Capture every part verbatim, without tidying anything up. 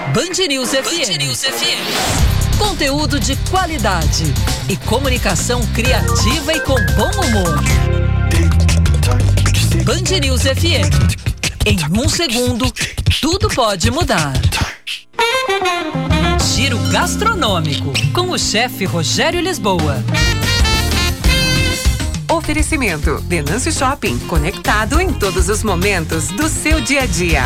Band News F M. Band News F M. Conteúdo de qualidade e comunicação criativa e com bom humor. Band News F M. Em um segundo, tudo pode mudar. Giro gastronômico com o chefe Rogério Lisboa. Oferecimento Venâncio Shopping, conectado em todos os momentos do seu dia a dia.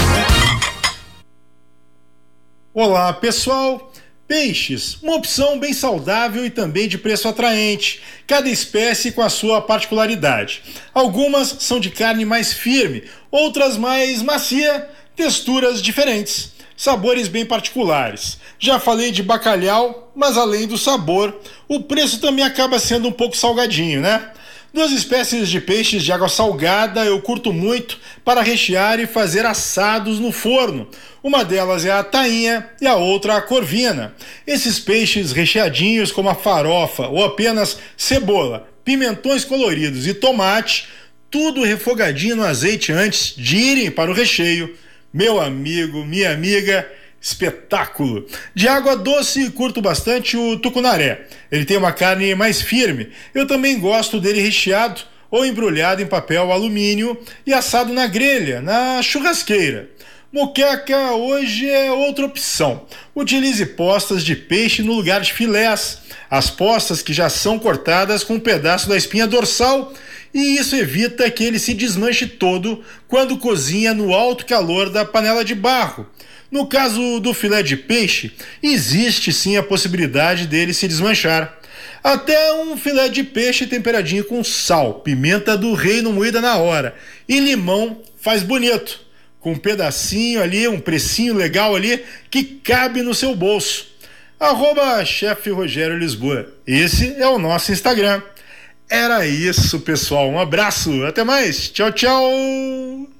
Olá, pessoal. Peixes, uma opção bem saudável e também de preço atraente, cada espécie com a sua particularidade. Algumas são de carne mais firme, outras mais macia, texturas diferentes, sabores bem particulares. Já falei de bacalhau, mas além do sabor, o preço também acaba sendo um pouco salgadinho, né? Duas espécies de peixes de água salgada eu curto muito para rechear e fazer assados no forno. Uma delas é a tainha e a outra a corvina. Esses peixes recheadinhos como a farofa ou apenas cebola, pimentões coloridos e tomate, tudo refogadinho no azeite antes de irem para o recheio. Meu amigo, minha amiga, espetáculo! De água doce, curto bastante o tucunaré. Ele tem uma carne mais firme. Eu também gosto dele recheado ou embrulhado em papel alumínio e assado na grelha, na churrasqueira. Moqueca hoje é outra opção. Utilize postas de peixe no lugar de filés. As postas que já são cortadas com um pedaço da espinha dorsal, e isso evita que ele se desmanche todo quando cozinha no alto calor da panela de barro. No caso do filé de peixe, existe sim a possibilidade dele se desmanchar. Até um filé de peixe temperadinho com sal, pimenta do reino moída na hora e limão faz bonito, com um pedacinho ali, um precinho legal ali que cabe no seu bolso. Arroba chefe Rogério Lisboa. Esse é o nosso Instagram. Era isso, pessoal. Um abraço. Até mais. Tchau, tchau.